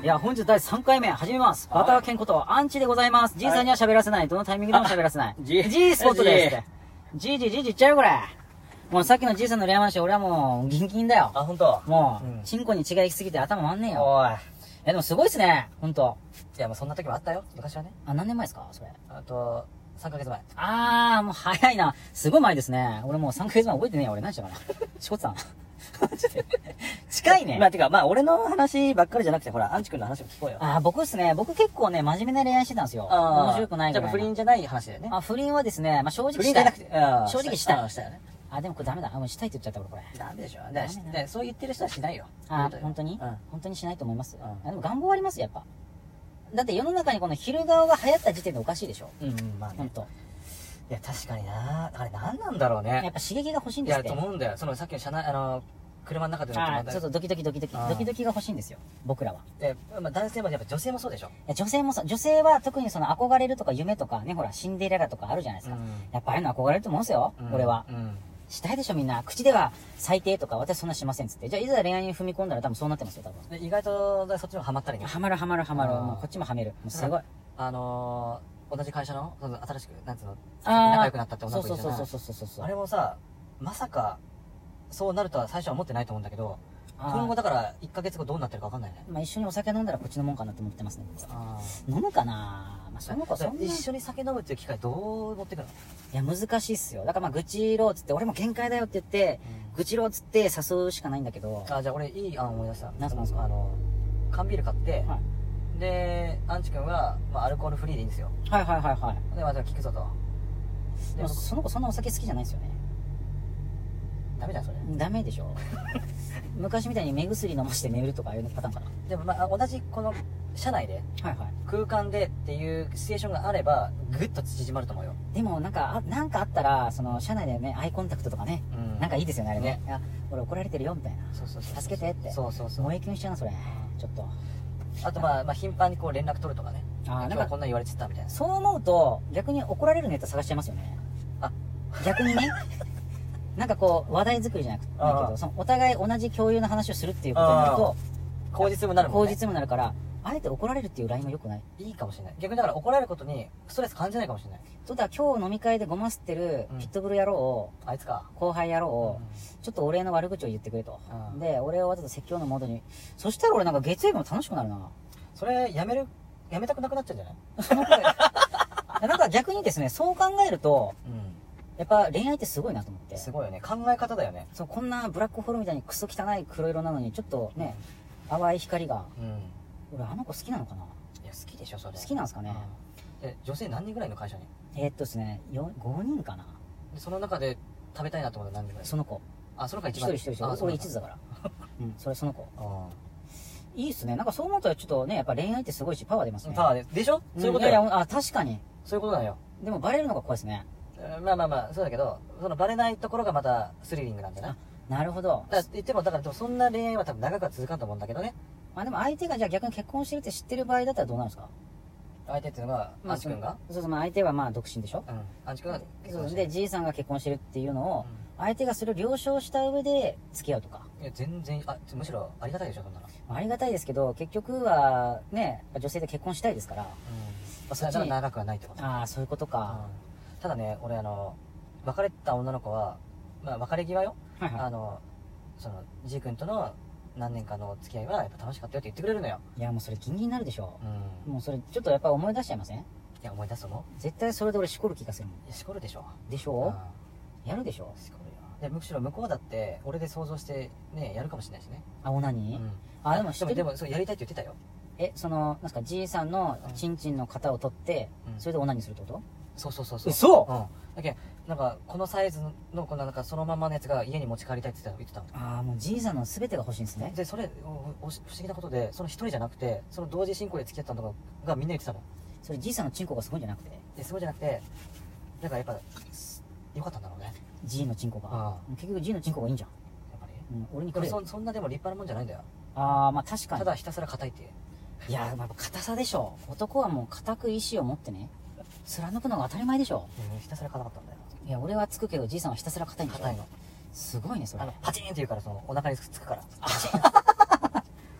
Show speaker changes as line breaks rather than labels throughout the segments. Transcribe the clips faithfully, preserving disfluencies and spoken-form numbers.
や、本日だいさんかいめ、始めます。バター犬ことアンチでございます。G さんには喋らせない。どのタイミングでも喋らせない。
G
G スポットです。G、G、G、G 言っちゃうよ、これ。もうさっきの G さんの恋愛話、俺はもう、ギンギンだよ。
あ、ほんと
もう、チンコに血が行きすぎて頭回んねえよ。
おい。
いや、でもすごいっすね、ほんと。
いや、もうそんな時もあったよ、昔はね。
あ、何年前ですかそれ。
あと、さんかげつまえ。
あー、もう早いな。すごい前ですね。俺もうさんかげつまえ覚えてねえよ、俺。何したかな。しこってた近いね。
まあ、てか、まあ、俺の話ばっかりじゃなくて、ほら、アンチ君の話も聞こうよ。
あー、僕っすね。僕結構ね、真面目な恋愛してたんですよ。面白くないぐらい。
じゃあ不倫じゃない話だよね。
あ、不倫はですね、まあ正直
不倫
したい。
じゃなくて、
正直したい。
したよね。
あ、でもこれダメだ。もうしたいって言っちゃった俺これ。
ダメでしょ。で、そう言ってる人はしないよ。
あ、本当に
うん。
本当にしないと思います。でも願望ありますやっぱ。だって世の中にこの昼顔が流行った時点でおかしいでしょ。
うん、まあね。
ほんと。
いや、確かにな。あれ何なんだろうね。
やっぱ刺激が欲しいんですって。
いや、と思うんだよ。そのさっきの車内、あの、車の中での
ああ、そうそう、ドキドキドキドキ、ドキドキが欲しいんですよ。僕らは。
で、まあ男性もやっぱ女性もそうでしょ。い
や、女性もそう、女性は特にその憧れるとか夢とかね、ほら、シンデレラとかあるじゃないですか。やっぱああいうの憧れると思うんですよ、俺は。したいでしょみんな。口では最低とか私そんなしませんっつって。じゃあいざ恋愛に踏み込んだら多分そうなってますよ、多分。
意外とそっちもハマったりね。
ハマるハマるハマる。もうこっちもハメる。もうすごい。
あのー、同じ会社の、新しく、なんつうの、仲良くなったって女の子いるじゃない。
そうそうそうそうそう。
あれもさ、まさか、そうなるとは最初は思ってないと思うんだけど、今後だからいっかげつごどうなってるか分かんないね。
まあ一緒にお酒飲んだらこっちのもんかなって思ってますね。飲むかなまあその子そんな。
一緒に酒飲むっていう機会どう持ってくるの？
いや難しいっすよ。だからまあ愚痴ろうっつって、俺も限界だよって言って、愚痴ろうっつって誘うしかないんだけど。
あ、じゃあ俺いい案思い出した。
何すか？
あの、缶ビール買って、で、アンチ君は、まあアルコールフリーでいいんですよ。
はいはいはいはい。
で、まあじゃあ聞くぞと。
でもその子そんなお酒好きじゃないですよね。
ダメじゃんそれ。
ダメでしょ。昔みたいに目薬飲まして寝るとかいうパターンかな。
でもまあ同じこの車内で空間でっていうシチュエーションがあればぐっと縮まると思うよ。
でもなんかあなんかあったらその車内でねアイコンタクトとかね、うん、なんかいいですよねあれね。いや俺怒られてるよみたいな。そうそうそう助けてって。そうそうそう。萌えキュンしちゃうなそれ。ちょっと。あ
とまあまあ頻繁にこう連絡取るとかね。ああなんかこんな言われてたみたいな。
そう思うと逆に怒られるネタ探しちゃいますよね。あ逆にね。なんかこう話題作りじゃなくてないけど、そのお互い同じ共有の話をするっていうことになると
口実にもなるもんね。
口実にもなるからあえて怒られるっていうラインは良くない？
いいかもしれない。逆にだから怒られることにストレス感じないかもしれない。
そうだ今日飲み会でごますってるピットブル野郎を、
あいつか
後輩野郎を、ちょっとお礼の悪口を言ってくれと。で俺をわざと説教のモードに。そしたら俺なんか月曜日も楽しくなるな。
それやめるやめたくなくなっちゃうんじゃない？
そのなんか逆にですねそう考えると。やっぱ恋愛ってすごいなと思って。
すごいよね。考え方だよね。
そう、こんなブラックホールみたいにクソ汚い黒色なのに、ちょっとね、淡い光が。うん。俺、あの子好きなのかな？
いや、好きでしょ、それ。
好きなんですかね。
え、女性何人ぐらいの会社に？
えーっとですね、ごにんかな。
で、その中で食べたいなと思うの何人ぐらい？そ
の子。
あ、その子一番。
一人一人一人。俺一途だから。うん、それその子。いいっすね。なんかそう思うとちょっとね、やっぱ恋愛ってすごいし、パワー出ますね。
パワーで。でしょ？そういうことだよ。
いや、あ、確かに。
そういうことだよ。
でもバレるのが怖いですね。
まあまあまあ、そうだけど、そのバレないところがまたスリリングなんじゃない？
なるほど。
だって言っても、だからそんな恋愛は多分長くは続かんと思うんだけどね。
まあでも相手がじゃあ逆に結婚してるって知ってる場合だったらどうなるんですか？
相手っていうのが、アンチ君が？
そうそう、まあ相手はまあ独身でしょ？
うん。アンチ君が
結婚して。で、じいさんが結婚してるっていうのを、相手がそれを了承した上で付き合うとか。
いや、全然、あ、むしろありがたいでしょ、そんなの。
ありがたいですけど、結局はね、女性で結婚したいですから。
うん。そっちに長くはないってこと。
ああ、そういうことか。
ただね、俺あの、別れた女の子は、まあ別れ際よ。はいはい、あの、その、G 君との何年かの付き合いはやっぱ楽しかったよって言ってくれるのよ。い
やもうそれギンギンになるでしょ。うん。もうそれちょっとやっぱ思い出しちゃいません？い
や思い出すの？
絶対それで俺しこる気がするもん。
いやしこるでしょ。
でしょ？やるでしょ？
しこるよ。で、むしろ向こうだって俺で想像してね、やるかもしれないしね。
あ、オナニー？うん。あ、でも知ってる？
でも、でもやりたいって言ってたよ。
え、その、なんすか、じいさんのチンチンの型を取って、それでオナニーするってこと？
そうそうそうそう。
そう！
うん。だけど、なんか、このサイズの、このなんか、そのままのやつが家に持ち帰りたいって言ってたの。
ああ、もうじいさんの全てが欲しいんですね。
で、それ、不思議なことで、その一人じゃなくて、その同時進行で付き合ったのがみんな言ってたの。
それじいさんのチンコがすごいんじゃなくて？
え、すごいじゃなくて、だからやっぱ、よかったんだろうね。
G のチンコが。結局 G のチンコがいいんじゃん。やっぱり。うん、俺にくれ。
そ、そんなでも立派なもんじゃないんだよ。
ああ、まあ確かに。
ただひたすら硬いっていう。
いやー、まあ硬さでしょ。男はもう固く意志を持ってね、貫くのが当たり前でしょ。
うん、ひたすら硬かったんだよ。
いや、俺はつくけど、じいさんはひたすら硬いんだよ。
硬いの。
すごいね、それ。
あの、パチンって言うから、その、お腹につくから。パチン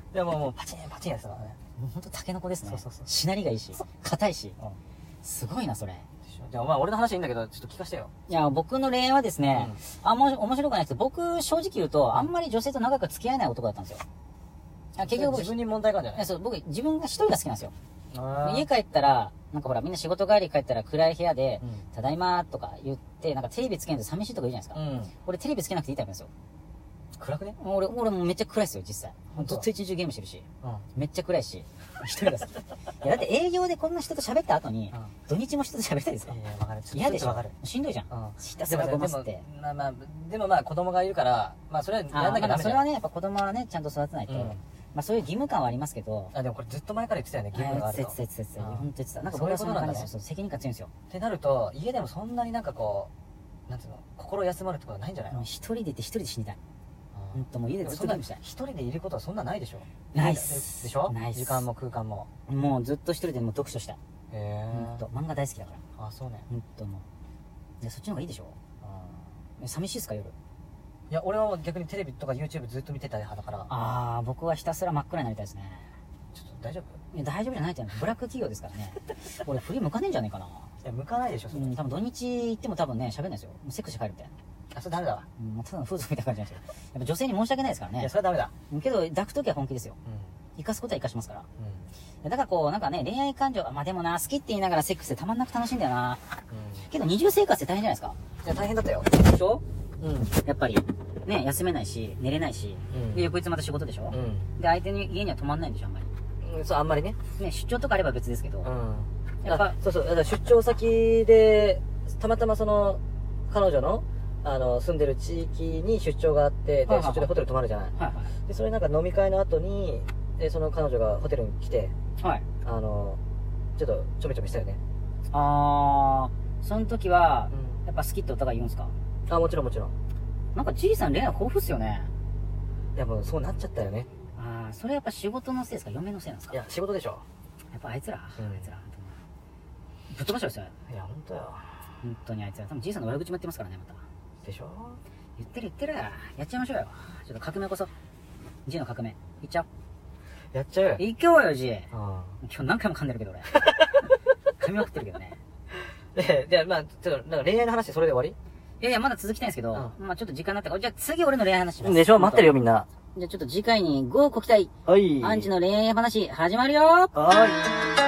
でももうパチンパチンやってたからね。
もうほんとタケノコですね。
そうそうそう。
しなりがいいし、硬いし。
うん。
すごいな、それ。
じゃあ、まあ俺の話いいんだけど、ちょっと聞かせてよ。
いや、僕の恋愛はですね、うん、あんま面白くないですけど、僕、正直言うと、あんまり女性と長く付き合えない男だったんですよ。
結局自分に問題があるんじゃない？
そう、僕、自分が一人が好きなんですよ。家帰ったら、なんかほら、みんな仕事帰り帰ったら暗い部屋で、うん、ただいまーとか言って、なんかテレビつけないと寂しいとか言うじゃないですか。うん、俺テレビつけなくていいタイプなんですよ。
暗くね？
俺、俺もめっちゃ暗いですよ、実際。ずっと一日中ゲームしてるし。うん、めっちゃ暗いし。一人が好き。いや、だって営業でこんな人と喋った後に、うん、土日も人と喋りたいですか？いや、わかる。嫌でしょ？しんどいじゃん。ひたすらごますって。
まあまあ、でもまあ子供がいるから、まあそれはやんなきゃダメだよ。
それはね、やっぱ子供はね、ちゃんと育てないと。うんまあそういう義務感はありますけど。
あ、でもこれずっと前から言ってたよね、義務があると。
言ってた言ってた。ほんと言ってた。なんか僕はそんな感じですよ。責任感強いんですよ。
ってなると、家でもそんなになんかこう、なんつうの、心休まるってことはないんじゃないの？
一人でいて一人で死にたい。ほんともう家でずっとゲームしたい。
一人でいることはそんなないでしょ？
ないっす。
でしょ？ないっす。時間も空間も。
もうずっと一人でもう読書したい。
へぇー。
ほんと、漫画大好きだから。
あ、そうね。
ほんともう。いや、そっちの方がいいでしょ？うん。寂しいっすか、夜？
いや、俺は逆にテレビとか YouTube ずっと見てた派だから。
ああ、僕はひたすら真っ暗になりたいですね。
ちょっと大丈夫？
いや、大丈夫じゃないってブラック企業ですからね。俺、振り向かねえんじゃねえかな。い
や、向かないでしょ、
それ。うん、多分土日行っても多分ね、喋んないですよ。もうセックスして帰るみたいな。
あ、それダメだわ。
うん、ただの風俗みたいな感じなんですよ。やっぱ女性に申し訳ないですからね。
いや、それはダメだ。
けど、抱くときは本気ですよ。うん。生かすことは生かしますから。うん。だからこう、なんかね、恋愛感情、まあでもな、好きって言いながらセックスでたまんなく楽しいんだよな。うん。けど二重生活って大変じゃないですか。
いや、大変だったよ。
でしょ？うん。やっぱり。ね、休めないし、寝れないし、うん、で、翌日また仕事でしょ、うん、で、相手に家には泊まんないんでしょ、あんまり。
うん、そう、あんまりね。
ね、出張とかあれば別ですけど。うん。
やっぱ、そうそう、だから出張先で、たまたまその、彼女の、あの、住んでる地域に出張があって、で、はいはいはい、出張でホテル泊まるじゃない。はいはい。で、それなんか飲み会の後に、で、その彼女がホテルに来て、はい。あの、ちょっとちょめちょめしたよね。
あー、その時は、うん、やっぱ好きってお互い言うんすか？
あ、もちろんもちろん。
なんかじいさん恋愛豊富っすよね。
いやもうそうなっちゃったよね。
ああ、それやっぱ仕事のせいですか？嫁のせいなんですか？
いや、仕事でしょ。
やっぱあいつら、うん、あいつら、ぶっ飛ばしちゃうですよ。
いや、ほんとよ。
本当にあいつら。多分じいさんの悪口も言ってますからね、また。
でしょ？
言ってる言ってる。やっちゃいましょうよ。ちょっと革命こそ。じの革命。いっちゃおう。
やっちゃうよ。
行こうよ、じ。今日何回も噛んでるけど俺。噛みまくってるけどね。
で、じゃあまあ、ちょっと、なんか恋愛の話それで終わり？
いやいや、まだ続きたいんですけど、うん、まあちょっと時間になったから、じゃあ次俺の恋愛話します。
でしょ？待ってるよみんな。
じゃあちょっと次回にごご期待。
はい。
アンチの恋愛話始まるよ。
はい。